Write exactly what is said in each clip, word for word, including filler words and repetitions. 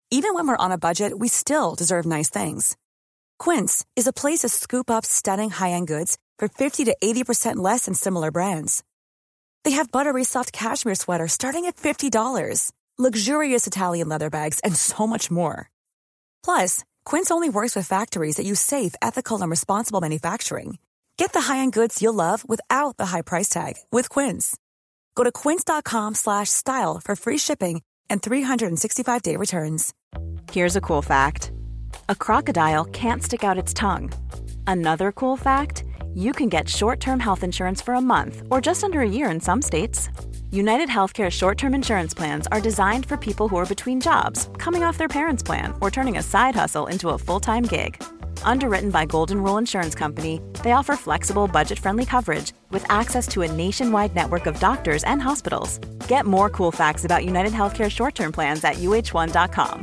Even when we're on a budget, we still deserve nice things. Quince is a place to scoop up stunning high-end goods for fifty to eighty percent less than similar brands. They have buttery soft cashmere sweaters starting at fifty dollars, luxurious Italian leather bags, and so much more. Plus, Quince only works with factories that use safe, ethical, and responsible manufacturing. Get the high-end goods you'll love without the high price tag with Quince. Go to quince.com slash style for free shipping and three sixty-five day returns. Here's a cool fact. A crocodile can't stick out its tongue. Another cool fact, you can get short-term health insurance for a month or just under a year in some states. United Healthcare short-term insurance plans are designed for people who are between jobs, coming off their parents' plan, or turning a side hustle into a full-time gig. Underwritten by Golden Rule Insurance Company, they offer flexible, budget-friendly coverage with access to a nationwide network of doctors and hospitals. Get more cool facts about United Healthcare short-term plans at u h one dot com.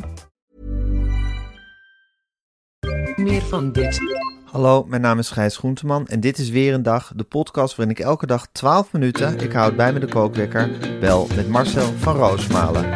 Meer van dit. Hallo, mijn naam is Gijs Groenteman en dit is weer een dag, de podcast waarin ik elke dag twaalf minuten, ik houd bij me de kookwekker, bel met Marcel van Roosmalen.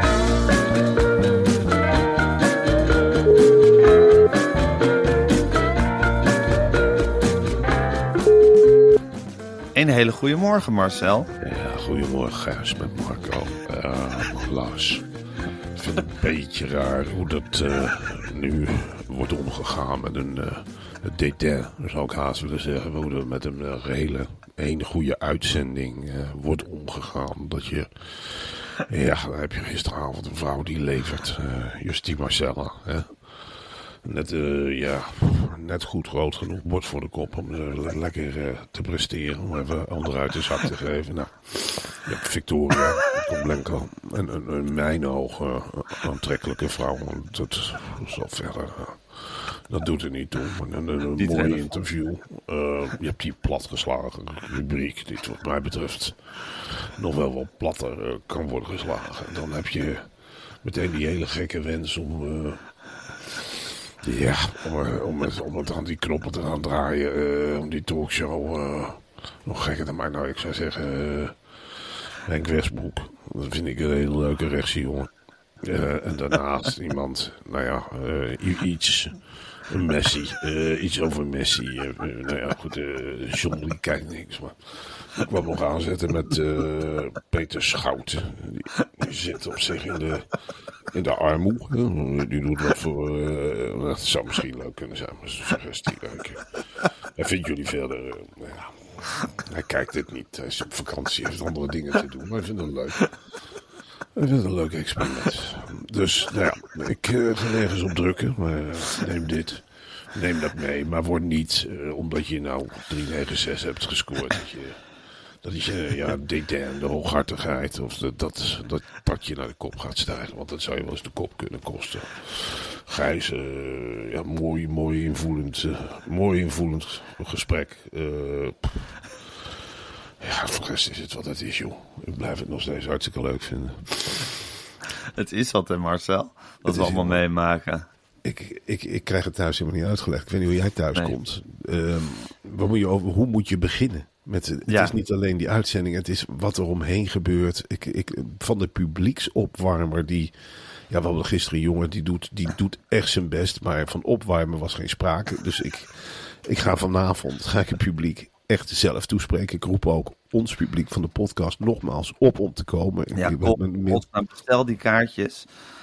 Een hele goede morgen, Marcel. Ja, goedemorgen Gijs met Marco. Uh, Lars. Ik vind het een beetje raar hoe dat uh, nu wordt omgegaan met een uh, dédain, zou ik haast willen zeggen. Hoe er met een uh, hele, een goede uitzending uh, wordt omgegaan. Dat je, ja, dan heb je gisteravond een vrouw die levert, uh, Justie Marcella, hè. Net, uh, ja, net goed groot genoeg, bord voor de kop om uh, lekker uh, te presteren. Om even onderuit de zak te geven. Nou, je hebt Victoria, Koblenko en een in mijn ogen uh, aantrekkelijke vrouw. Want dat zal verder, uh, dat doet er niet toe. Maar een, een, een mooi interview. Uh, je hebt die platgeslagen rubriek, die wat mij betreft nog wel wat platter uh, kan worden geslagen. En dan heb je meteen die hele gekke wens om... Uh, Ja, om, om, het, om het aan die knoppen te gaan draaien, uh, om die talkshow, uh, nog gekker dan mij. Nou, ik zou zeggen, uh, Henk Westbroek, dat vind ik een hele leuke rechtse jongen. Uh, en daarnaast iemand, nou ja, uh, iets, een Messi, uh, iets over Messi. Uh, nou ja, goed, uh, John die kijkt niks, maar ik kwam nog aanzetten met uh, Peter Schout. Die, die zit op zich in de... In de armoede. Die doet wat voor... Uh, dat zou misschien leuk kunnen zijn. Maar zo'n suggestie leuk. En vindt jullie verder... Uh, ja, hij kijkt dit niet. Hij is op vakantie. Hij heeft andere dingen te doen. Maar hij vindt het leuk. Hij vindt het een leuk experiment. Dus, nou ja. Ik uh, ga nergens op drukken. Maar uh, neem dit. Neem dat mee. Maar word niet... Uh, omdat je nou drie negen zes hebt gescoord. Dat je... Dat is je, ja, dédain, de hooghartigheid, of dat, dat, dat padje naar de kop gaat stijgen. Want dat zou je wel eens de kop kunnen kosten. Gijs, uh, ja, mooi, mooi invoelend, uh, mooi invoelend gesprek. Uh, ja, voor de rest is het wat het is, joh. Ik blijf het nog steeds hartstikke leuk vinden. Het is wat, hè, Marcel? Wat we allemaal meemaken. Ik, ik, ik krijg het thuis helemaal niet uitgelegd. Ik weet niet hoe jij thuis nee. komt. Um, waar moet je over, hoe moet je beginnen? Met, het ja. is niet alleen die uitzending, het is wat er omheen gebeurt. Ik, ik, van de publieksopwarmer die... Ja, we hadden gisteren een jongen die doet, die doet echt zijn best. Maar van opwarmen was geen sprake. Dus ik, ik ga vanavond, ga ik het publiek echt zelf toespreken. Ik roep ook ons publiek van de podcast nogmaals op om te komen. Ja, ik, op, op, op, bestel die kaartjes.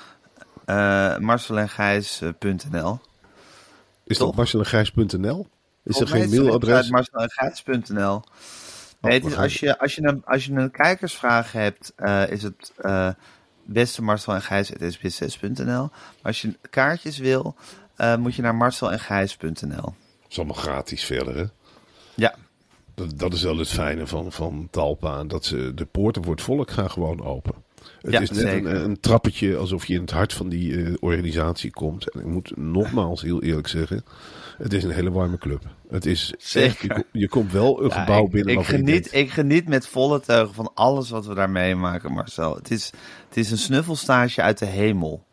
Uh, marcel en gijs punt n l Is Toch? dat marcel en gijs punt n l? Is er Volgens geen mailadres? marcel en gijs punt n l Nee, het is als je, als je, een, als je een kijkersvraag hebt, uh, is het uh, beste Marcel en Gijs at s b s zes punt n l. Maar als je kaartjes wil, uh, moet je naar marcel en gijs punt n l. Dat is allemaal gratis verder, hè? Ja. Dat, dat is wel het fijne van, van Talpa. Dat ze, de poorten voor het volk gaan gewoon open. Het ja, is net een, een trappetje alsof je in het hart van die uh, organisatie komt. En ik moet nogmaals heel eerlijk zeggen, het is een hele warme club. Het is echt, je, je komt wel een ja, gebouw ik, binnen. Ik geniet, denkt, ik geniet met volle teugen van alles wat we daar meemaken, Marcel. Het is, het is een snuffelstage uit de hemel.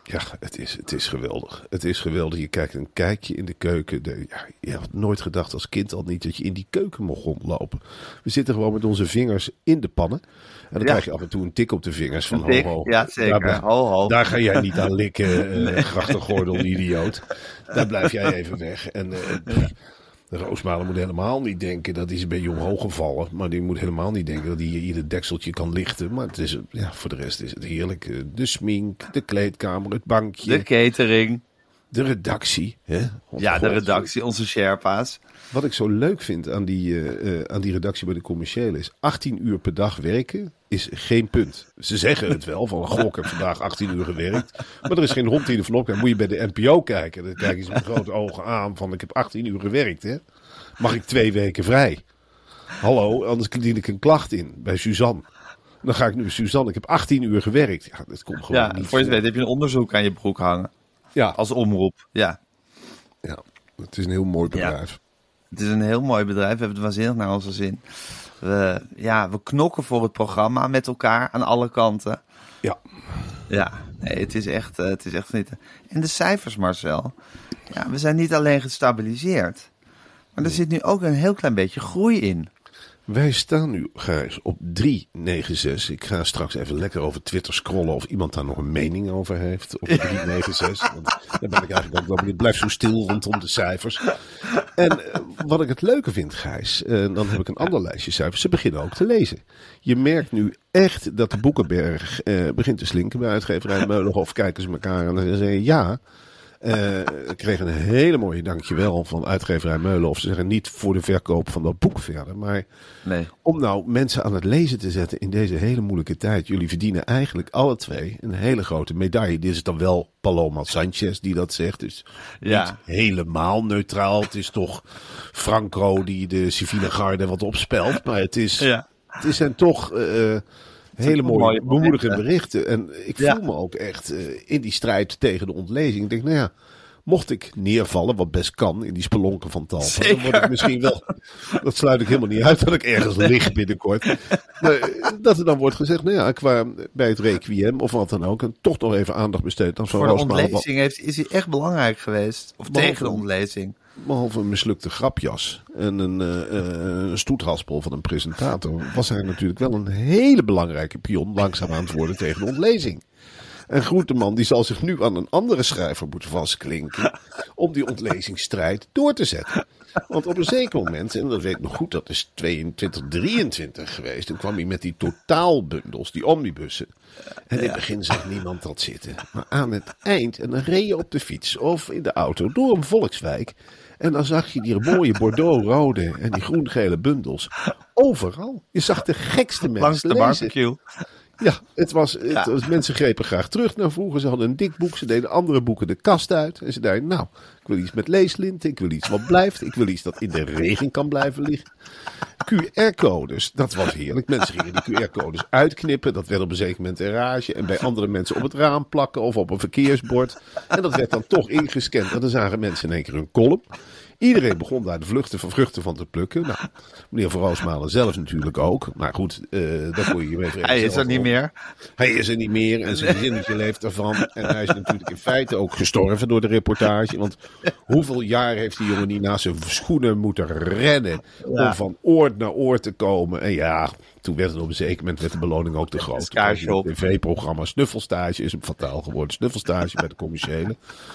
Ja, het is, het is geweldig. Het is geweldig. Je kijkt een kijkje in de keuken. De, ja, je had nooit gedacht als kind al niet dat je in die keuken mocht rondlopen. We zitten gewoon met onze vingers in de pannen. En dan ja. krijg je af en toe een tik op de vingers van tik, ho, ho. Ja, zeker. Daar, ho, ho. daar ga jij niet aan likken, uh, nee. grachtengordel, idioot. Daar blijf jij even weg. En uh, ja. de Roosmalen moet helemaal niet denken dat hij is een beetje omhoog gevallen. Maar die moet helemaal niet denken dat hij ieder dekseltje kan lichten. Maar het is, ja, voor de rest is het heerlijk. De smink, de kleedkamer, het bankje. De catering. De redactie. Hè? Ja, God, de redactie, onze Sherpa's. Wat ik zo leuk vind aan die, uh, uh, aan die redactie bij de commerciële is achttien uur per dag werken is geen punt. Ze zeggen het wel, van goh, ik heb vandaag achttien uur gewerkt. Maar er is geen hond die de vlog. Dan moet je bij de N P O kijken. Dan kijken ze met grote ogen aan van ik heb achttien uur gewerkt. Hè? Mag ik twee weken vrij? Hallo, anders dien ik een klacht in bij Suzanne. Dan ga ik nu, Suzanne, ik heb achttien uur gewerkt. Ja, dat komt gewoon ja, niet voor je het weet heb je een onderzoek aan je broek hangen. Ja. Als omroep, ja. Ja, het is een heel mooi bedrijf. Ja. Het is een heel mooi bedrijf. We hebben het waanzinnig naar onze zin. We, ja, we knokken voor het programma met elkaar aan alle kanten. Ja. Ja, nee, het is echt, uh, het is echt niet. En de cijfers, Marcel. Ja, we zijn niet alleen gestabiliseerd. Maar er zit nu ook een heel klein beetje groei in. Wij staan nu, Gijs, op drie negen zes. Ik ga straks even lekker over Twitter scrollen of iemand daar nog een mening over heeft. Op drie negen zes. Want daar ben ik eigenlijk ook. Het blijft zo stil rondom de cijfers. En uh, wat ik het leuke vind, Gijs, uh, dan heb ik een ander lijstje cijfers. Ze beginnen ook te lezen. Je merkt nu echt dat de Boekenberg uh, begint te slinken bij uitgeverij Meulenhof. Kijken ze elkaar en dan zeggen ze ja. Uh, ik kreeg een hele mooie dankjewel van uitgeverij Meulenhof. Ze zeggen niet voor de verkoop van dat boek verder. Maar nee. Om nou mensen aan het lezen te zetten in deze hele moeilijke tijd. Jullie verdienen eigenlijk alle twee een hele grote medaille. Dit is dan wel Paloma Sanchez die dat zegt. Dus ja. niet helemaal neutraal. Het is toch Franco die de civiele garde wat opspelt. Maar het is, ja. het is en toch... Uh, hele mooie, mooie bemoedigende berichten. En ik voel ja. me ook echt uh, in die strijd tegen de ontlezing. Ik denk, nou ja, mocht ik neervallen, wat best kan, in die spelonken van Talpa, dan word ik misschien wel, dat sluit ik helemaal niet uit, dat ik ergens lig binnenkort. Maar, dat er dan wordt gezegd, nou ja, qua bij het Requiem of wat dan ook, en toch nog even aandacht besteed aan Van Voor de ontlezing heeft, is hij echt belangrijk geweest. Of behalve, tegen de ontlezing. Behalve een mislukte grapjas en een, uh, een stoethaspel van een presentator, was hij natuurlijk wel een hele belangrijke pion langzaam aan het worden tegen de ontlezing. En Groenteman die zal zich nu aan een andere schrijver moeten vastklinken om die ontlezingsstrijd door te zetten. Want op een zeker moment, en dat weet ik nog goed, dat is tweeëntwintig drieëntwintig geweest. Toen kwam hij met die totaalbundels, die omnibussen. En in het begin zag niemand dat zitten. Maar aan het eind, en dan reed je op de fiets of in de auto door een volkswijk. En dan zag je die mooie bordeaux-rode en die groen-gele bundels. Overal. Je zag de gekste mensen langs de lezen. barbecue. Ja, het was, het ja. was, mensen grepen graag terug naar vroeger. Ze hadden een dik boek, ze deden andere boeken de kast uit. En ze dachten, nou, ik wil iets met leeslinten, ik wil iets wat blijft. Ik wil iets dat in de regen kan blijven liggen. Q R-codes, dat was heerlijk. Mensen gingen die Q R-codes uitknippen. Dat werd op een zeker moment een rage. En bij andere mensen op het raam plakken of op een verkeersbord. En dat werd dan toch ingescand. En dan zagen mensen in één keer hun column. Iedereen begon daar de vluchten van vruchten van te plukken. Nou, meneer Van Roosmalen zelf natuurlijk ook. Maar goed, uh, dat moet je je even Hij is er niet op. meer. Hij is er niet meer en zijn gezinnetje leeft ervan. En hij is natuurlijk in feite ook gestorven door de reportage. Want hoeveel jaar heeft die jongen niet naast zijn schoenen moeten rennen ja. om van oord naar oord te komen. En ja, toen werd het op een zeker moment werd de beloning ook te groot. Het tv-programma Snuffelstage is hem fataal geworden. Snuffelstage bij de commerciële.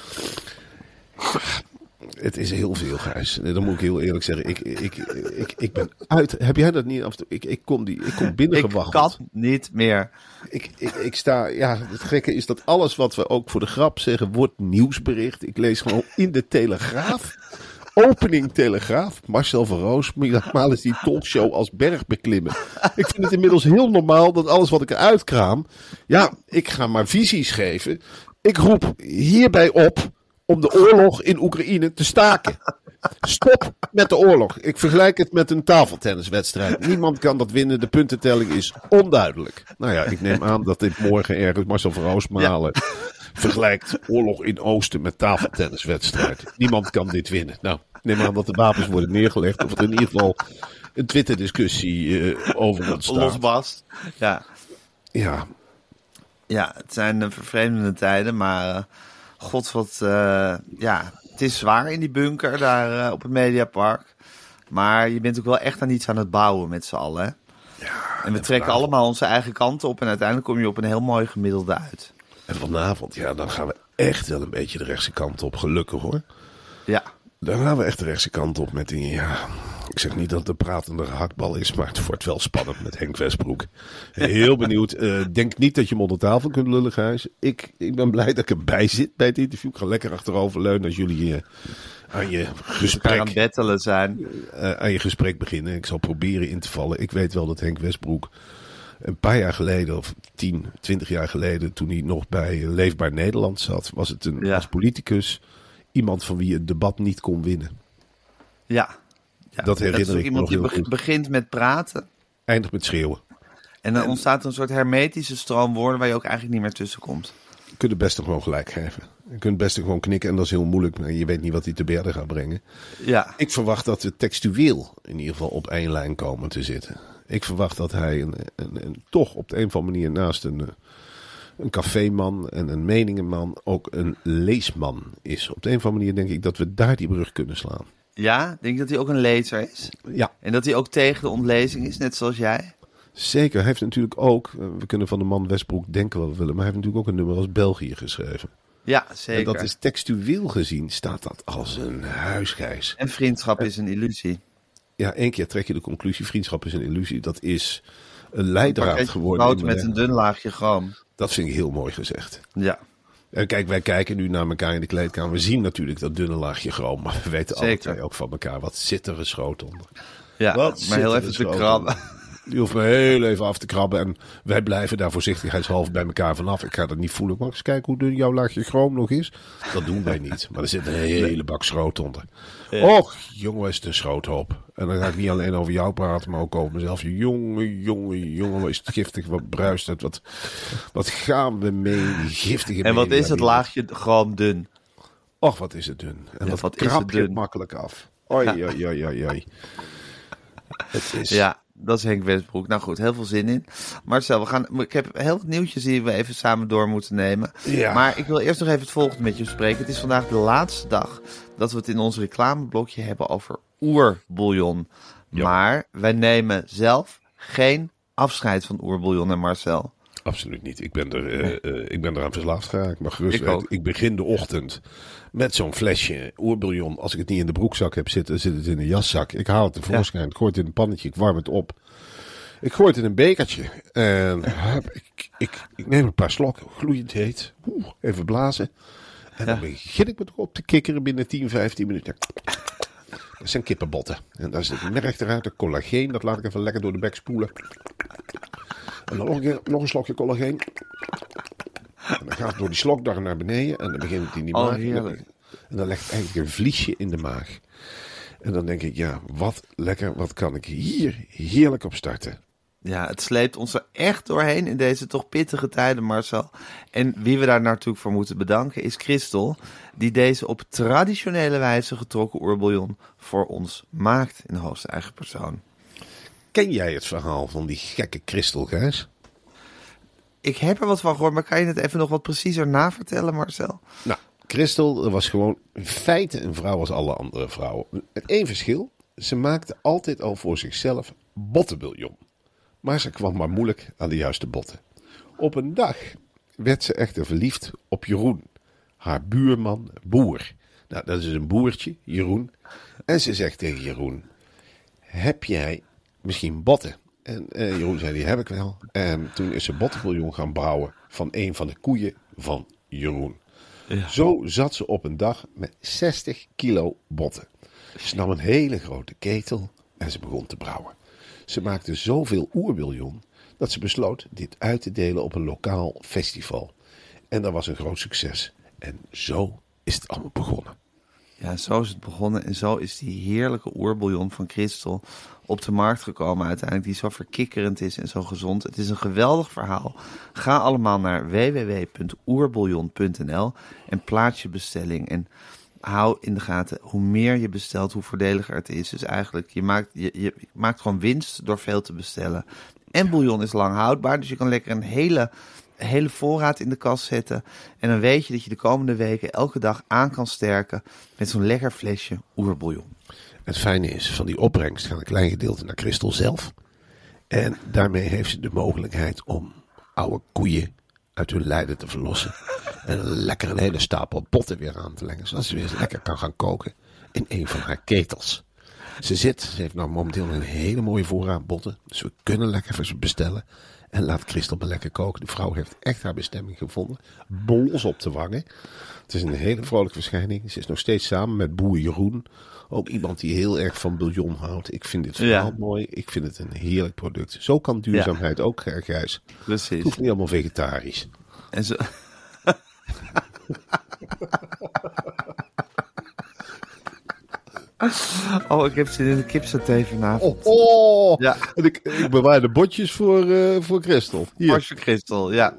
Het is heel veel, Gijs. Dan moet ik heel eerlijk zeggen. Ik, ik, ik, ik ben uit. Heb jij dat niet af en toe? Ik, ik kom, die, ik kom binnengewaggeld. Ik kan niet meer. Ik, ik, ik sta. Ja, het gekke is dat alles wat we ook voor de grap zeggen wordt nieuwsbericht. Ik lees gewoon in de Telegraaf. Opening Telegraaf. Marcel van Roos. Normaal is die talkshow als berg beklimmen. Ik vind het inmiddels heel normaal dat alles wat ik eruit kraam. Ja, ik ga maar visies geven. Ik roep hierbij op om de oorlog in Oekraïne te staken. Stop met de oorlog. Ik vergelijk het met een tafeltenniswedstrijd. Niemand kan dat winnen. De puntentelling is onduidelijk. Nou ja, ik neem aan dat dit morgen ergens Marcel van Roosmalen ja. vergelijkt oorlog in Oosten met tafeltenniswedstrijd. Niemand kan dit winnen. Nou, ik neem aan dat de wapens worden neergelegd. Of er in ieder geval een Twitter-discussie uh, over ontstaat. Losbast. Ja. Ja. Ja, het zijn uh, vervreemdende tijden, maar uh, god wat, uh, ja, het is zwaar in die bunker daar uh, op het Mediapark. Maar je bent ook wel echt aan iets aan het bouwen met z'n allen, hè? Ja, en we en trekken vanavond... allemaal onze eigen kanten op en uiteindelijk kom je op een heel mooi gemiddelde uit. En vanavond, ja, dan gaan we echt wel een beetje de rechtse kant op, gelukkig hoor. Ja. Dan gaan we echt de rechtse kant op met die, ja... Ik zeg niet dat het een pratende gehaktbal is, maar het wordt wel spannend met Henk Westbroek. Heel benieuwd. Uh, denk niet dat je hem onder tafel kunt lullen, Gijs. Ik, ik ben blij dat ik erbij zit bij het interview. Ik ga lekker achteroverleunen als jullie uh, aan je gesprek... aan het bettelen zijn. Uh, aan je gesprek beginnen. Ik zal proberen in te vallen. Ik weet wel dat Henk Westbroek een paar jaar geleden, of tien, twintig jaar geleden, toen hij nog bij Leefbaar Nederland zat, was het een, ja. als politicus iemand van wie het debat niet kon winnen. Ja. Ja, dat herinner dat is ik iemand die be- begint met praten. Eindigt met schreeuwen. En dan en, ontstaat er een soort hermetische stroom woorden waar je ook eigenlijk niet meer tussen komt. Je kunt het beste gewoon gelijk geven. Je kunt het beste gewoon knikken en dat is heel moeilijk. Maar je weet niet wat hij te berden gaat brengen. Ja. Ik verwacht dat we textueel in ieder geval op één lijn komen te zitten. Ik verwacht dat hij een, een, een, toch op de een of andere manier naast een, een caféman en een meningenman ook een leesman is. Op de een of andere manier denk ik dat we daar die brug kunnen slaan. Ja, denk je dat hij ook een lezer is? Ja. En dat hij ook tegen de ontlezing is, net zoals jij? Zeker. Hij heeft natuurlijk ook, we kunnen van de man Westbroek denken wat we willen, maar hij heeft natuurlijk ook een nummer als België geschreven. Ja, zeker. En dat is textueel gezien, staat dat als een huisgijs. En vriendschap en, is een illusie. Ja, één keer trek je de conclusie, vriendschap is een illusie. Dat is een leidraad geworden. Een met een dun laagje chroom. Dat vind ik heel mooi gezegd. Ja. En kijk, wij kijken nu naar elkaar in de kleedkamer. We zien natuurlijk dat dunne laagje chroom. Maar we weten alle twee ook van elkaar. Wat zit er geschoten onder? Ja, wat maar heel even te krabben. Die hoeft me heel even af te krabben. En wij blijven daar voorzichtigheidshalve bij elkaar vanaf. Ik ga dat niet voelen. Mag ik eens kijken hoe dun jouw laagje chroom nog is? Dat doen wij niet. Maar er zit een hele bak schroot onder. Ja. Och, jongen, is het een schroothoop. En dan ga ik niet alleen over jou praten, maar ook over mezelf. Jongen, jongen, jongen, wat is het giftig, wat bruist het, wat, wat gaan we mee, die giftige En wat is het laagje gewoon dun? Och, wat is het dun. En ja, dat krap je makkelijk af. Oi, oi, oi, oi, oi. Het is... Ja, dat is Henk Westbroek. Nou goed, heel veel zin in. Marcel, we gaan, ik heb heel veel nieuwtjes die we even samen door moeten nemen. Ja. Maar ik wil eerst nog even het volgende met je bespreken. Het is vandaag de laatste dag dat we het in ons reclameblokje hebben over oerbouillon. Ja. Maar wij nemen zelf geen afscheid van oerbouillon en Marcel. Absoluut niet. Ik ben er, uh, uh, ik ben eraan verslaafd geraakt. Maar gerust, ik, weet, ik begin de ochtend met zo'n flesje oerbouillon. Als ik het niet in de broekzak heb zitten, zit het in de jaszak. Ik haal het tevoorschijn, ja. Ik gooi het in een pannetje, ik warm het op. Ik gooi het in een bekertje. En hup, ik, ik, ik neem een paar slokken, gloeiend heet. Oeh, even blazen. En ja. dan begin ik me erop te kikkeren binnen tien, vijftien minuten. Dat zijn kippenbotten. En daar zit het merk eruit, de collageen. Dat laat ik even lekker door de bek spoelen. En dan nog een, keer, nog een slokje collageen. En dan gaat het door die slokdarm naar beneden. En dan begint het in die oh, maag. Heerlijk. En dan legt het eigenlijk een vliesje in de maag. En dan denk ik, ja, wat lekker. Wat kan ik hier heerlijk op starten. Ja, het sleept ons er echt doorheen in deze toch pittige tijden, Marcel. En wie we daar natuurlijk voor moeten bedanken is Christel, die deze op traditionele wijze getrokken oerbouillon voor ons maakt in de hoogste eigen persoon. Ken jij het verhaal van die gekke Christel, Gijs? Ik heb er wat van gehoord, maar kan je het even nog wat preciezer navertellen, Marcel? Nou, Christel was gewoon in feite een vrouw als alle andere vrouwen. Het één verschil, ze maakte altijd al voor zichzelf bottenbouillon. Maar ze kwam maar moeilijk aan de juiste botten. Op een dag werd ze echter verliefd op Jeroen, haar buurman Boer. Nou, dat is een boertje, Jeroen. En ze zegt tegen Jeroen, heb jij misschien botten? En uh, Jeroen zei, die heb ik wel. En toen is ze bottenbouillon gaan brouwen van een van de koeien van Jeroen. Ja. Zo zat ze op een dag met zestig kilo botten. Ze nam een hele grote ketel en ze begon te brouwen. Ze maakte zoveel oerbouillon dat ze besloot dit uit te delen op een lokaal festival. En dat was een groot succes. En zo is het allemaal begonnen. Ja, zo is het begonnen en zo is die heerlijke oerbouillon van Christel op de markt gekomen uiteindelijk, die zo verkikkerend is en zo gezond. Het is een geweldig verhaal. Ga allemaal naar w w w punt oerbouillon punt n l en plaats je bestelling. En hou in de gaten, hoe meer je bestelt, hoe voordeliger het is. Dus eigenlijk, je maakt, je, je maakt gewoon winst door veel te bestellen. En bouillon is lang houdbaar, dus je kan lekker een hele hele voorraad in de kast zetten. En dan weet je dat je de komende weken elke dag aan kan sterken met zo'n lekker flesje oerbouillon. Het fijne is, van die opbrengst gaat een klein gedeelte naar Christel zelf. En daarmee heeft ze de mogelijkheid om oude koeien uit hun lijden te verlossen. En lekker een hele stapel botten weer aan te leggen. Zodat ze weer lekker kan gaan koken in een van haar ketels. Ze zit, ze heeft nou momenteel een hele mooie voorraad botten. Dus we kunnen lekker voor ze bestellen. En laat Christel maar lekker koken. De vrouw heeft echt haar bestemming gevonden. Blos op de wangen. Het is een hele vrolijke verschijning. Ze is nog steeds samen met boer Jeroen. Ook iemand die heel erg van bouillon houdt. Ik vind dit verhaal ja. mooi. Ik vind het een heerlijk product. Zo kan duurzaamheid ja. ook, Gijs. Precies. Het hoeft niet allemaal vegetarisch. En zo... Oh, ik heb zin in de kipsaté vanavond. Oh, oh. Ja. En ik, ik bewaar de botjes voor, uh, voor Christel. Voor Christel, ja.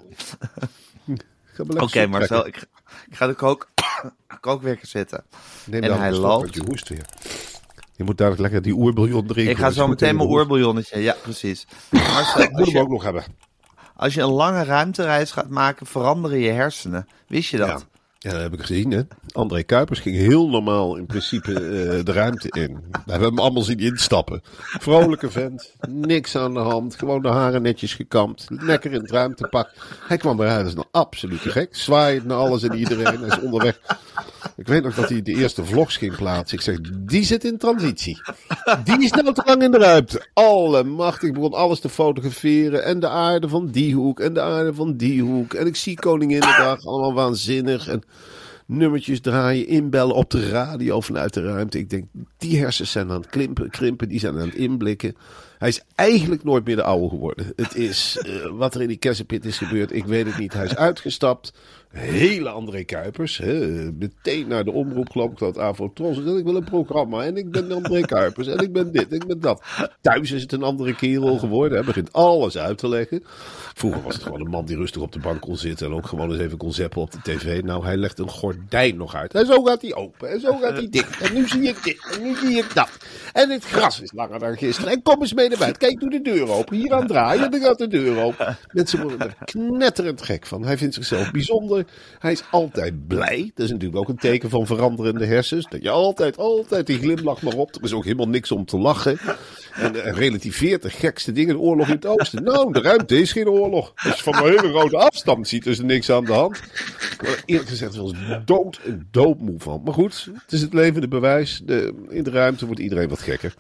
Oké, okay, Marcel, ik, ik ga de kook, kookwerker zetten. Neem en hij loopt. Je hoest weer. Je moet dadelijk lekker die oerbouillon drinken. Ik ga zo meteen mijn oerbouillonnetje. Ja, precies. Marcel, ik moet hem ook nog hebben. Als je een lange ruimtereis gaat maken, veranderen je hersenen. Wist je dat? Ja. Ja, dat heb ik gezien, hè. André Kuipers ging heel normaal in principe uh, de ruimte in. We hebben hem allemaal zien instappen. Vrolijke vent, niks aan de hand, gewoon de haren netjes gekamd, lekker in het ruimtepak. Hij kwam eruit, dat is een absolute gek. Zwaait naar alles en iedereen, hij is onderweg. Ik weet nog dat hij de eerste vlogs ging plaatsen. Ik zeg, die zit in transitie. Die is nou te lang in de ruimte. Allemachtig, ik begon alles te fotograferen. En de aarde van die hoek en de aarde van die hoek. En ik zie Koninginnedag, allemaal waanzinnig. En nummertjes draaien, inbellen op de radio vanuit de ruimte. Ik denk, die hersens zijn aan het klimpen, krimpen, die zijn aan het inblikken. Hij is eigenlijk nooit meer de oude geworden. Het is, uh, wat er in die kersenpit is gebeurd, ik weet het niet. Hij is uitgestapt. Hele André Kuipers. Hè. Meteen naar de omroep, geloof ik, dat Avotros. En ik wil een programma. En ik ben André Kuipers. En ik ben dit, ik ben dat. Thuis is het een andere kerel geworden. Hij begint alles uit te leggen. Vroeger was het gewoon een man die rustig op de bank kon zitten. En ook gewoon eens even kon zappen op de tv. Nou, hij legt een gordijn nog uit. En zo gaat hij open. En zo gaat hij dicht. En nu zie ik dit. En nu zie ik dat. En het gras is langer dan gisteren. En kom eens mee naar buiten. Kijk, doe de deur open. Hier aan draaien. En dan gaat de deur open. Mensen worden er knetterend gek van. Hij vindt zichzelf bijzonder. Hij is altijd blij. Dat is natuurlijk ook een teken van veranderende hersens. Dat je altijd, altijd die glimlach maar op. Er is ook helemaal niks om te lachen. En, en relativeert de gekste dingen. De oorlog in het oosten. Nou, de ruimte is geen oorlog. Als je van een hele grote afstand ziet, is er niks aan de hand. Maar eerlijk gezegd, er was dood en doodmoe van. Maar goed, het is het levende bewijs. De, in de ruimte wordt iedereen wat gekker.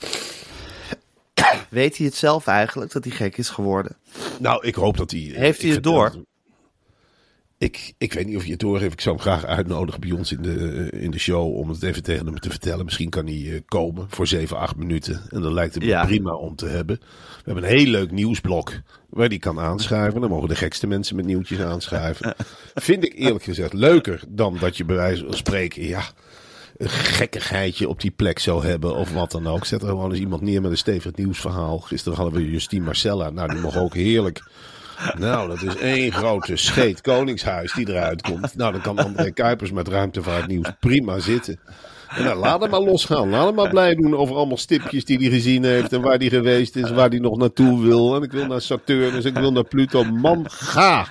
Weet hij het zelf eigenlijk, dat hij gek is geworden? Nou, ik hoop dat hij... Heeft hij het door? Dat, Ik, ik weet niet of je het door heeft. Ik zou hem graag uitnodigen bij ons in de, in de show om het even tegen hem te vertellen. Misschien kan hij uh, komen voor zeven, acht minuten. En dan lijkt het me ja. prima om te hebben. We hebben een heel leuk nieuwsblok waar die kan aanschuiven. Dan mogen de gekste mensen met nieuwtjes aanschuiven. Vind ik eerlijk gezegd leuker dan dat je bij wijze van spreken, ja, een gekkigheidje op die plek zou hebben of wat dan ook. Zet er gewoon eens iemand neer met een stevig nieuwsverhaal. Gisteren hadden we Justine Marcella. Nou, die mag ook heerlijk... Nou, dat is één grote scheet koningshuis die eruit komt. Nou, dan kan André Kuipers met Ruimtevaartnieuws prima zitten. En dan laat hem maar losgaan. Laat hem maar blij doen over allemaal stipjes die hij gezien heeft. En waar hij geweest is, waar hij nog naartoe wil. En ik wil naar Saturnus, ik wil naar Pluto. Man, ga!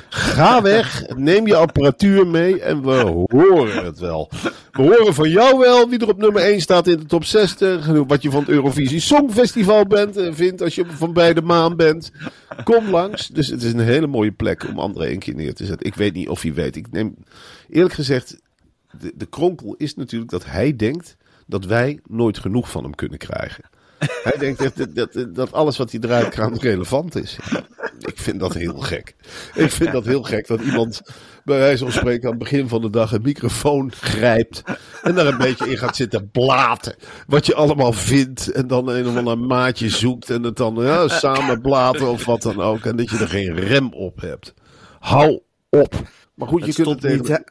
Ga weg, neem je apparatuur mee en we horen het wel. We horen van jou wel wie er op nummer één staat in de top zestig. Wat je van het Eurovisie Songfestival bent en vindt als je van bij de maan bent. Kom langs. Dus het is een hele mooie plek om André een keer neer te zetten. Ik weet niet of hij weet. Ik neem, eerlijk gezegd, de, de kronkel is natuurlijk dat hij denkt dat wij nooit genoeg van hem kunnen krijgen. Hij denkt dat, dat, dat alles wat hij eruit kraamt relevant is. Ik vind dat heel gek. Ik vind dat heel gek dat iemand bij wijze van spreken aan het begin van de dag een microfoon grijpt en daar een beetje in gaat zitten blaten. Wat je allemaal vindt en dan een of ander maatje zoekt en het dan ja, samen blaten of wat dan ook. En dat je er geen rem op hebt. Hou op. Maar goed, je kunt het tegen... Niet,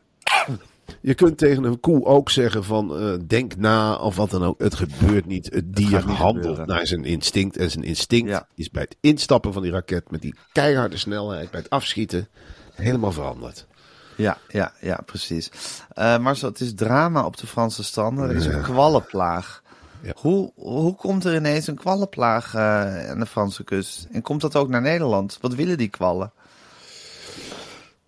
Je kunt tegen een koe ook zeggen van uh, denk na of wat dan ook. Het gebeurt niet. Het dier handelt gebeuren. Naar zijn instinct. En zijn instinct ja. is bij het instappen van die raket met die keiharde snelheid, bij het afschieten, helemaal veranderd. Ja, ja, ja, precies. Uh, Marcel, het is drama op de Franse stranden. Er is een kwallenplaag. Ja. Hoe, hoe komt er ineens een kwallenplaag uh, aan de Franse kust? En komt dat ook naar Nederland? Wat willen die kwallen?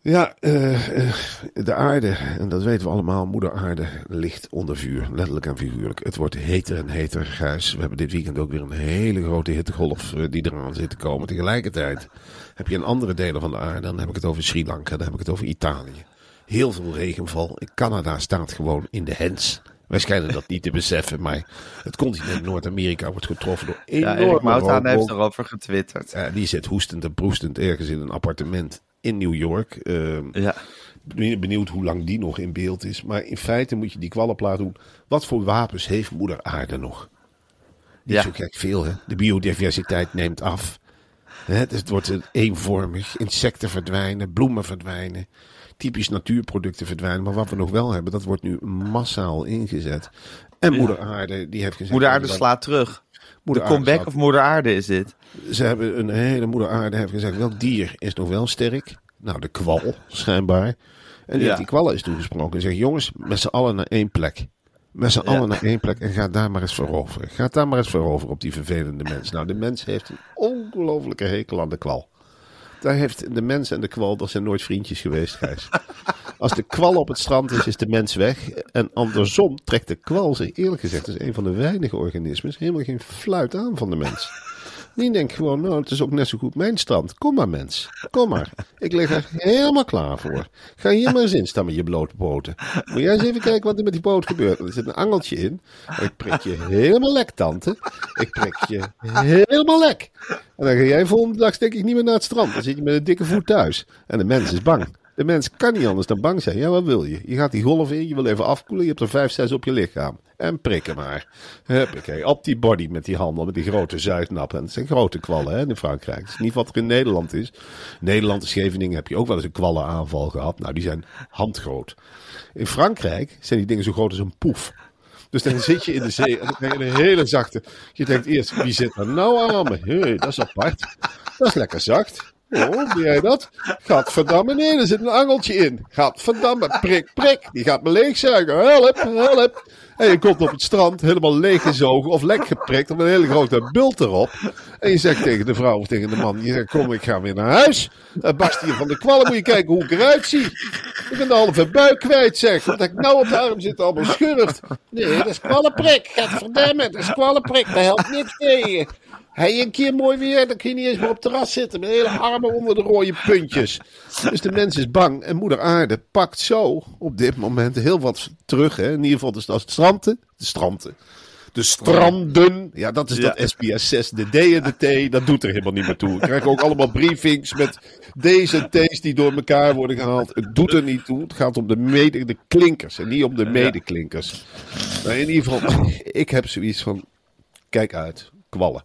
Ja, uh, uh, de aarde, en dat weten we allemaal, moeder aarde ligt onder vuur, letterlijk en figuurlijk. Het wordt heter en heter, Gijs. We hebben dit weekend ook weer een hele grote hittegolf uh, die eraan zit te komen. Tegelijkertijd heb je in andere delen van de aarde, dan heb ik het over Sri Lanka, dan heb ik het over Italië. Heel veel regenval. In Canada staat gewoon in de hens. Wij schijnen dat niet te beseffen, maar het continent Noord-Amerika wordt getroffen door enorme Ja, Erik Mouthaan heeft rookwolken. erover getwitterd. Uh, die zit hoestend en proestend ergens in een appartement in New York. Uh, Ja. Benieuwd hoe lang die nog in beeld is. Maar in feite moet je die kwallenplaat doen. Wat voor wapens heeft moeder aarde nog? Niet Ja. zo gek veel, hè? De biodiversiteit neemt af. Hè? Dus het wordt eenvormig. Insecten verdwijnen, bloemen verdwijnen. Typisch natuurproducten verdwijnen. Maar wat we nog wel hebben, dat wordt nu massaal ingezet. En moeder aarde, die heeft gezegd... Moeder aarde slaat terug. Moeder de aarde comeback slaat- of moeder aarde is dit. Ze hebben een hele moeder aarde heeft gezegd, welk dier is nog wel sterk? Nou, de kwal, schijnbaar. En die Ja. heeft die kwallen eens toegesproken en zegt, jongens, met z'n allen naar één plek. Met z'n Ja. allen naar één plek en ga daar maar eens veroveren. Ga daar maar eens veroveren op die vervelende mens. Nou, de mens heeft een ongelofelijke hekel aan de kwal. Daar heeft de mens en de kwal, dat zijn nooit vriendjes geweest, Gijs. Als de kwal op het strand is, is de mens weg. En andersom trekt de kwal zich, eerlijk gezegd, is een van de weinige organismen, helemaal geen fluit aan van de mens. Die denkt gewoon, nou, het is ook net zo goed mijn strand. Kom maar, mens. Kom maar. Ik lig er helemaal klaar voor. Ga hier maar eens in staan met je blote poten. Moet jij eens even kijken wat er met die poot gebeurt. Er zit een angeltje in. Ik prik je helemaal lek, tante. Ik prik je helemaal lek. En dan ga jij volgende dag denk ik niet meer naar het strand. Dan zit je met een dikke voet thuis. En de mens is bang. De mens kan niet anders dan bang zijn. Ja, wat wil je? Je gaat die golf in, je wil even afkoelen. Je hebt er vijf, zes op je lichaam. En prikken maar. Huppakee, op die body met die handel, met die grote zuidnappen. En dat zijn grote kwallen hè, in Frankrijk. Dat is niet wat er in Nederland is. In Nederland, in Scheveningen, heb je ook wel eens een kwallenaanval gehad. Nou, die zijn handgroot. In Frankrijk zijn die dingen zo groot als een poef. Dus dan zit je in de zee en dan krijg je een hele zachte... Je denkt eerst, wie zit er nou aan me? Hé, dat is apart. Dat is lekker zacht. Oh, doe jij dat? Gadverdamme, nee, er zit een angeltje in. Gadverdamme, prik, prik. Die gaat me leegzuigen. Help, help. En je komt op het strand helemaal leeggezogen of lek geprikt. Met een hele grote bult erop. En je zegt tegen de vrouw of tegen de man. Je zegt, kom, ik ga weer naar huis. Uh, Bast hier van de kwallen, moet je kijken hoe ik eruit zie. Ik ben de halve buik kwijt, zeg. Wat ik nou op de arm zit, allemaal schurft. Nee, dat is kwallenprik. Gadverdamme, dat is kwallenprik. Dat helpt niks tegen. Hij een keer mooi weer, dan kun je niet eens meer op het terras zitten. Met hele armen onder de rode puntjes. Dus de mens is bang. En moeder aarde pakt zo op dit moment heel wat terug. Hè. In ieder geval dus als het stranden. De stranden. De stranden. Ja, dat is Ja. dat S P S zes. De D en de T, dat doet er helemaal niet meer toe. We krijgen ook allemaal briefings met D's en T's die door elkaar worden gehaald. Het doet er niet toe. Het gaat om de, mede, de klinkers en niet om de medeklinkers. Nou, in ieder geval, ik heb zoiets van, kijk uit. Kwallen.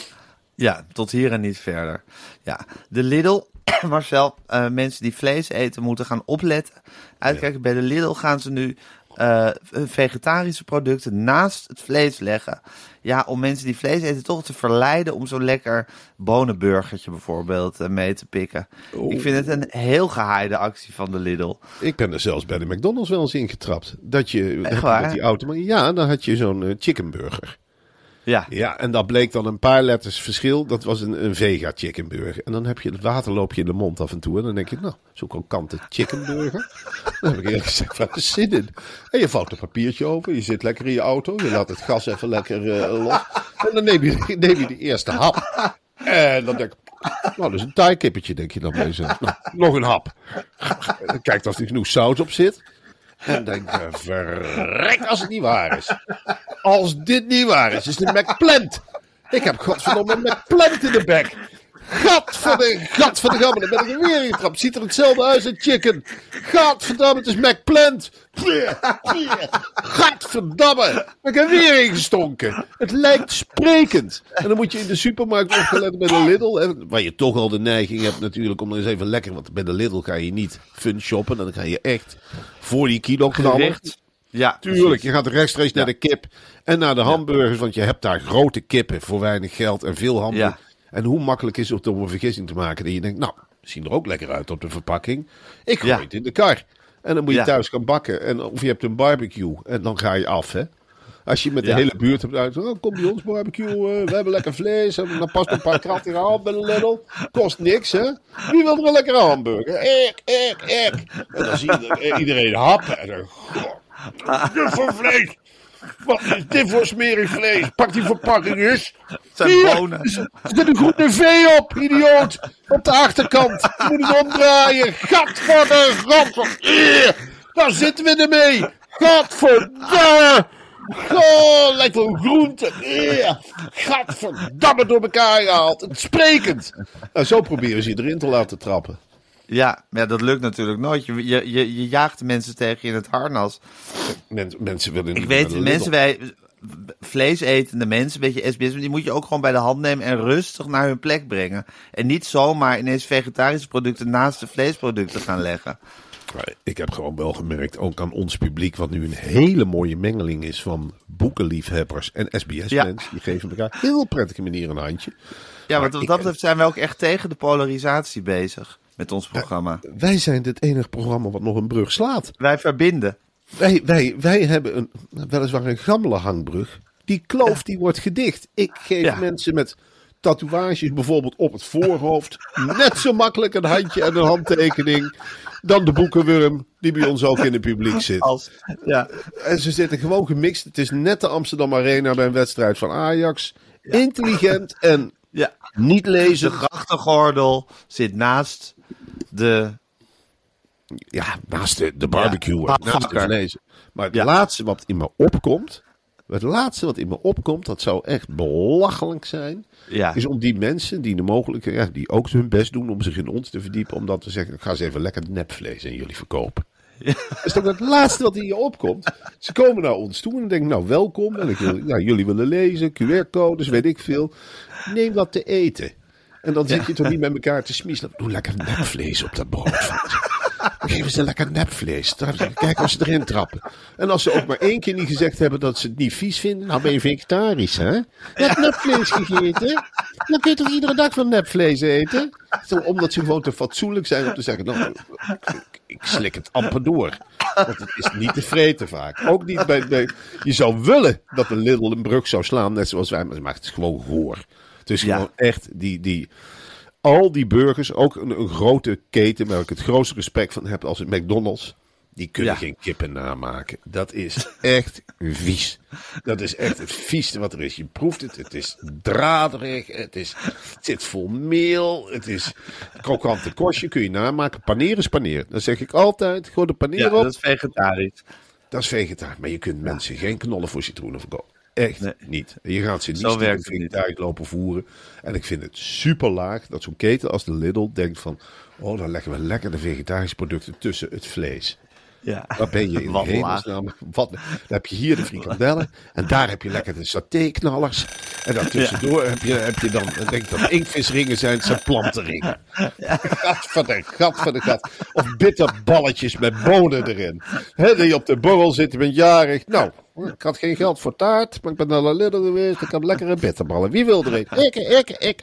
Ja, tot hier en niet verder. Ja, de Lidl, Marcel, uh, mensen die vlees eten moeten gaan opletten. Uitkijken, bij de Lidl gaan ze nu uh, vegetarische producten naast het vlees leggen. Ja, om mensen die vlees eten toch te verleiden om zo'n lekker bonenburgertje bijvoorbeeld uh, mee te pikken. Oh. Ik vind het een heel gehaaide actie van de Lidl. Ik ben er zelfs bij de McDonald's wel eens ingetrapt. Dat je, Echt waar? met die auto, maar ja, dan had je zo'n uh, chickenburger. Ja, Ja, en dat bleek dan een paar letters verschil. Dat was een, een vega chickenburger. En dan heb je het waterloopje in de mond af en toe. En dan denk je, nou, zo'n krokante chickenburger. Dan heb ik eerlijk gezegd wel eens zin in. En je vouwt een papiertje over. Je zit lekker in je auto. Je laat het gas even lekker uh, los. En dan neem je, neem je de eerste hap. En dan denk ik, nou, dat is een taaikippetje, denk je dan bij jezelf. Nou, nog een hap. En dan kijkt of er genoeg zout op zit. En denk je, verrek als het niet waar is. Als dit niet waar is, is het een McPlant. Ik heb godverdomme een McPlant in de bek. Gadverdamme, gadverdamme, dan ben ik er weer ingetrapt. Ziet er hetzelfde uit als een chicken. Gadverdamme, het is McPlant. Gadverdamme, ben ik er weer ingestonken. Het lijkt sprekend. En dan moet je in de supermarkt op gaan letten bij de Lidl. En waar je toch al de neiging hebt natuurlijk om er eens even lekker... Want bij de Lidl ga je niet fun shoppen. Dan ga je echt voor die kilo knallen. gericht. Ja, Tuurlijk, je gaat rechtstreeks naar de kip en naar de hamburgers, want je hebt daar grote kippen voor weinig geld en veel hamburgers. Ja. En hoe makkelijk is het om een vergissing te maken dat je denkt, nou, zien er ook lekker uit op de verpakking. Ik gooi Ja. het in de kar. En dan moet je Ja. thuis gaan bakken. En, of je hebt een barbecue en dan ga je af, hè. Als je met de Ja. hele buurt hebt uit, oh, kom bij ons barbecue, uh, we hebben lekker vlees. En dan past een paar kratten gehaald bij de Lidl. Kost niks, hè? Wie wil er een lekkere hamburger? Ik, ik, ik. En dan zie je dat iedereen happen. En dan, goh, dit voor vlees. Wat is dit voor smerig vlees? Pak die verpakking eens. Het zijn Hier, bonen. er zit een groene V op, idioot. Op de achterkant. Je moet het omdraaien. Gadverdamme. Gadverdamme. Daar zitten we ermee. Gadverdamme. Oh, lijkt wel groente. Yeah. Gadverdamme door elkaar gehaald. Het sprekend. Nou, zo proberen ze je erin te laten trappen. Ja, maar ja, dat lukt natuurlijk nooit. Je, je, je, je jaagt de mensen tegen je in het harnas. Men, mensen willen Ik weet, mensen wij, vleesetende mensen, een beetje S B S, die moet je ook gewoon bij de hand nemen en rustig naar hun plek brengen. En niet zomaar ineens vegetarische producten naast de vleesproducten gaan leggen. Ik heb gewoon wel gemerkt, ook aan ons publiek, wat nu een hele mooie mengeling is van boekenliefhebbers en S B S-mensen. Ja. Die geven elkaar heel prettige manier een handje. Ja, maar wat dat betreft zijn we ook echt tegen de polarisatie bezig met ons programma. Ja, wij zijn het enige programma wat nog een brug slaat. Wij verbinden. Wij, wij, wij hebben een, weliswaar een gammele hangbrug. Die kloof ja. die wordt gedicht. Ik geef ja. mensen met tatoeages bijvoorbeeld op het voorhoofd net zo makkelijk een handje en een handtekening dan de boekenwurm die bij ons ook in het publiek zit. Als, ja. En ze zitten gewoon gemixt. Het is net de Amsterdam Arena bij een wedstrijd van Ajax. Ja. Intelligent en ja. niet lezen. De grachtengordel zit naast de... Ja, naast de, de barbecue. Ja, naast de vlees. Maar het ja. laatste wat in me opkomt... Het laatste wat in me opkomt, dat zou echt belachelijk zijn... Ja. Is om die mensen die de mogelijke, ja, die ook hun best doen om zich in ons te verdiepen... om dan te zeggen, ik ga eens even lekker nepvlees aan jullie verkopen. Ja. Dat is toch het laatste wat in je opkomt. Ze komen naar ons toe en dan denk ik, nou welkom. En ik wil, ja, jullie willen lezen, Q R-codes, weet ik veel. Neem wat te eten. En dan zit je ja. toch niet met elkaar te smieselen. Doe lekker nepvlees op dat brood. Geven ze lekker nepvlees. Kijk of ze erin trappen. En als ze ook maar één keer niet gezegd hebben dat ze het niet vies vinden. Nou ben je vegetarisch, hè? Je hebt nepvlees gegeten. Dan kun je toch iedere dag van nepvlees eten? Omdat ze gewoon te fatsoenlijk zijn om te zeggen. Nou, ik, ik slik het amper door. Want het is niet te vreten vaak. Ook niet bij, bij... Je zou willen dat de Lidl een brug zou slaan. Net zoals wij. Maar het is gewoon goor. Het is gewoon ja. echt die... die Al die burgers, ook een, een grote keten waar ik het grootste respect van heb als het McDonald's, die kunnen ja. geen kippen namaken. Dat is echt vies. Dat is echt het vieste wat er is. Je proeft het, het is draderig, het, is, het zit vol meel, het is krokante kostje, kun je namaken. Paneer is paneer. Dan zeg ik altijd, gooi de paneer ja, op. Dat is vegetarisch. Dat is vegetarisch, maar je kunt ja. mensen geen knollen voor citroenen verkopen. Echt nee. niet. Je gaat ze niet Zo werkt vegetarisch lopen voeren. En ik vind het super laag dat zo'n keten als de Lidl denkt van... Oh, dan leggen we lekker de vegetarische producten tussen het vlees. Ja. Daar ben je in de hemelsnaam. Wat, dan heb je hier de frikandellen. En daar heb je lekker de satéknallers. En dan tussendoor ja. heb, je, heb je dan... Ik denk dat inktvisringen zijn, het zijn plantenringen. Ja. Gat van de gat van de gat. Of bitterballetjes met bonen erin. He, die op de borrel zitten met jarig. Nou... Ik had geen geld voor taart, maar ik ben naar de Lidl geweest. Ik had lekkere bitterballen. Wie wil er een? Ik, ik, ik.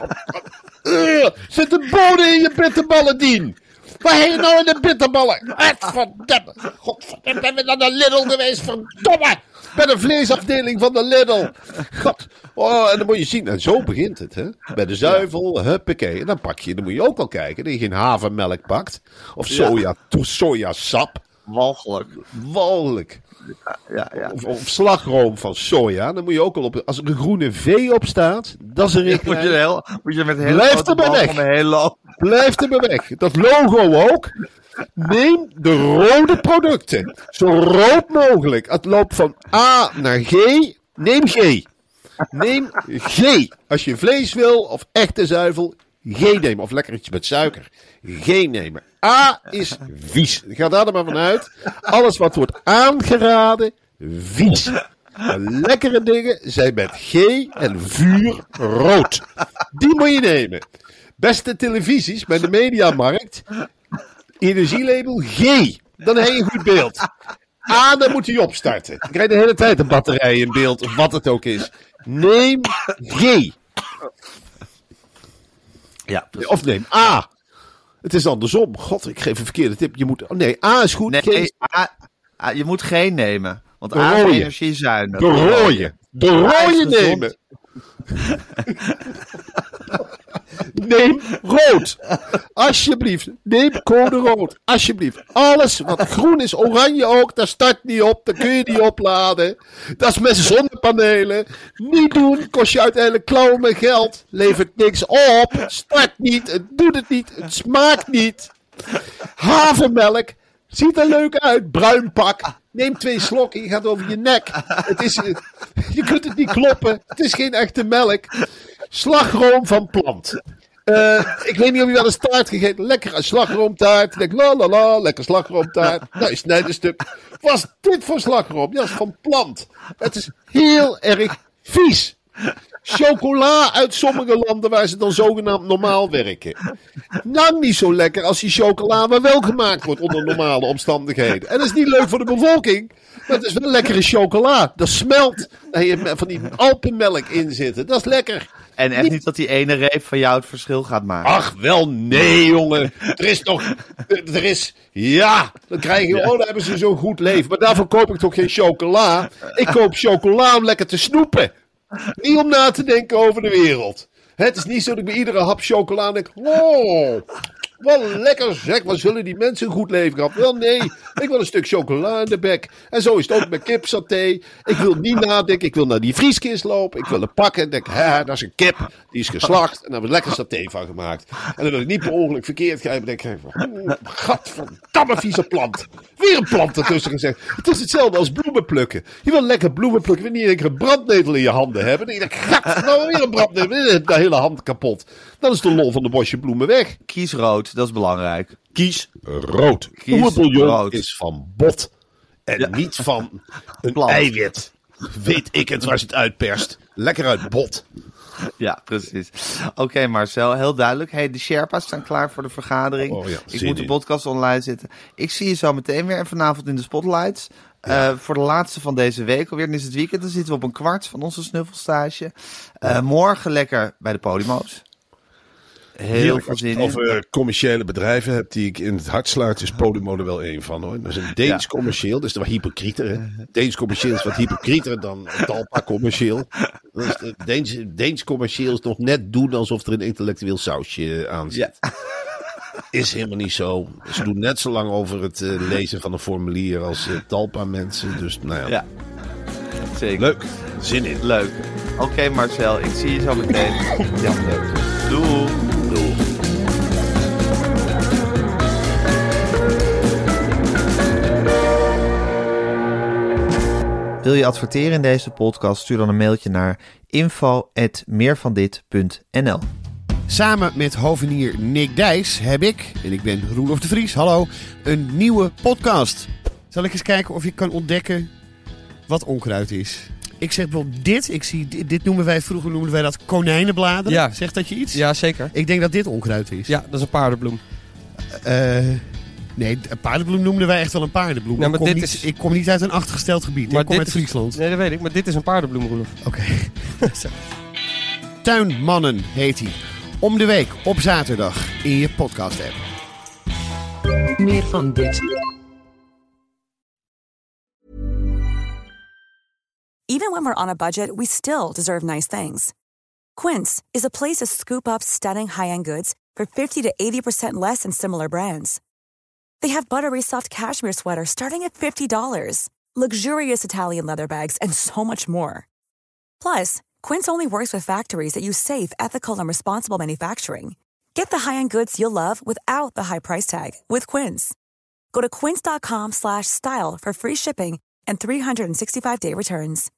Uh, zitten bonen in je bitterballen, Dien? Waar heb je nou in de bitterballen? Godverdamme. Godverdamme, ben we naar de Lidl geweest, verdomme. Bij de vleesafdeling van de Lidl. God. Oh, en dan moet je zien. En zo begint het, hè. Bij de zuivel, huppakee. En dan pak je, dan moet je ook al kijken. Dat je geen havermelk pakt. Of soja, ja. sojasap. Walgelijk. Walgelijk. Ja, ja, ja. Of, of slagroom van soja. Dan moet je ook al op. Als er een groene V op staat, dat is een richtlijn. Moet je, heel, moet je met heel Blijf er bij weg. Hele... Blijf er bij weg. Dat logo ook. Neem de rode producten. Zo rood mogelijk. Het loopt van A naar G. Neem G. Neem G. Als je vlees wil of echte zuivel, G nemen. Of lekker iets met suiker. G nemen. A is vies. Ga daar er maar vanuit. Alles wat wordt aangeraden, vies. De lekkere dingen zijn met G en vuur rood. Die moet je nemen. Beste televisies bij de Mediamarkt. Energielabel G. Dan heb je een goed beeld. A, dan moet hij opstarten. Dan krijg je de hele tijd een batterij in beeld, of wat het ook is. Neem G. Ja, of neem A. Het is andersom. God, ik geef een verkeerde tip. Je moet... Oh nee, A is goed. Nee, G... A, A, je moet geen nemen. Want De A is rode. energiezuinig. De rode. De A is rode gezond. nemen. Neem rood. Alsjeblieft. Neem code rood. Alsjeblieft. Alles wat groen is, oranje ook, daar start niet op. Daar kun je niet opladen. Dat is met zonnepanelen. Niet doen. Kost je uiteindelijk klauwen met geld. Levert niks op. Start niet. Het doet het niet. Het smaakt niet. Havermelk. Ziet er leuk uit. Bruin pak. Neem twee slokken. Je gaat over je nek. Het is, uh, je kunt het niet kloppen. Het is geen echte melk. Slagroom van plant. Uh, ik weet niet of je wel eens taart gegeten. Lekker slagroomtaart. Ik denk, la la la, lekker slagroomtaart. Nou, je snijdt een stuk. Wat is dit voor slagroom? Ja, dat is van plant. Het is heel erg vies. Chocola uit sommige landen waar ze dan zogenaamd normaal werken. Nou, niet zo lekker als die chocola maar wel gemaakt wordt onder normale omstandigheden. En dat is niet leuk voor de bevolking. Maar het is wel lekkere chocola. Dat smelt. Daar je van die alpenmelk in zitten. Dat is lekker. En echt niet dat die ene reep van jou het verschil gaat maken. Ach, wel nee, jongen. Er is nog... Er is... Ja, dan krijg je... Oh, dan hebben ze zo'n goed leven. Maar daarvoor koop ik toch geen chocola? Ik koop chocola om lekker te snoepen. Niet om na te denken over de wereld. Het is niet zo dat ik bij iedere hap chocola denk... Oh, wat lekker zeg. Wat zullen die mensen een goed leven gehad? Wel nee, ik wil een stuk chocola in de bek. En zo is het ook met kipsaté. Ik wil niet nadenken. Ik wil naar die vrieskist lopen. Ik wil het pakken en denk... Hè, dat is een kip. Die is geslacht. En daar wordt lekker saté van gemaakt. En dan wil ik niet per ongeluk verkeerd gaan. En denk ik... Gadverdamme vieze plant. Weer een plant ertussen gezegd. Het is hetzelfde als bloemen plukken. Je wil lekker bloemen plukken. Je wil niet een keer een brandnetel in je handen hebben. Dan denk je... Gat, nou weer een brandnetel. Dan is de hele hand kapot. Dan is de lol van de bosje bloemen weg. Kies rood, dat is belangrijk. Kies rood. Kies Oerbouillon rood. is van bot. En Ja. niet van een Plant. eiwit. Weet ik het waar ze het uitperst. Lekker uit bot. Ja, precies. Oké, okay, Marcel, heel duidelijk. Hey, de Sherpa's staan klaar voor de vergadering. Oh ja, ik zin moet de in. podcast online zetten. Ik zie je zo meteen weer en vanavond in de Spotlights. Ja. Uh, voor de laatste van deze week alweer. Dan is het weekend. Dan zitten we op een kwart van onze snuffelstage. Uh, ja. Morgen lekker bij de Podimo's. Heel veel zin in. Over commerciële bedrijven hebt die ik in het hart sluit, is Podimo er wel één van, hoor. Dat is een Deens ja. commercieel, dat is wat hypocrieter, hè. Deens commercieel is wat hypocrieter dan Talpa commercieel. Dus Deens, Deens commercieel is nog net doen alsof er een intellectueel sausje aan zit. Ja. Is helemaal niet zo. Ze doen net zo lang over het uh, lezen van een formulier als uh, Talpa mensen, dus nou ja. ja. Zeker. Leuk. Zin in. Leuk. Oké, okay, Marcel, ik zie je zo meteen. Ja, leuk. Doei. Doei. Wil je adverteren in deze podcast? Stuur dan een mailtje naar info at meervandit punt n l. Samen met hovenier Nick Dijs heb ik, en ik ben Roelof de Vries, hallo, een nieuwe podcast. Zal ik eens kijken of je kan ontdekken wat onkruid is? Ik zeg bijvoorbeeld dit, ik zie, dit, dit noemen wij, vroeger noemden wij dat konijnenbladeren. Ja. Zegt dat je iets? Ja, zeker. Ik denk dat dit onkruid is. Ja, dat is een paardenbloem. Uh, nee, een paardenbloem noemden wij echt wel een paardenbloem. Nou, maar ik, kom dit niet, is... ik kom niet uit een achtergesteld gebied, maar ik kom uit is... Friesland. Nee, dat weet ik, maar dit is een paardenbloem, Roelof. Oké. Okay. Tuinmannen heet hij. Om de week op zaterdag in je podcast app. Meer van dit. Even when we're on a budget, we still deserve nice things. Quince is a place to scoop up stunning high-end goods for fifty to eighty percent less than similar brands. They have buttery soft cashmere sweaters starting at fifty dollars, luxurious Italian leather bags, and so much more. Plus, Quince only works with factories that use safe, ethical, and responsible manufacturing. Get the high-end goods you'll love without the high price tag with Quince. Go to quince dot com slash style for free shipping and three sixty-five day returns.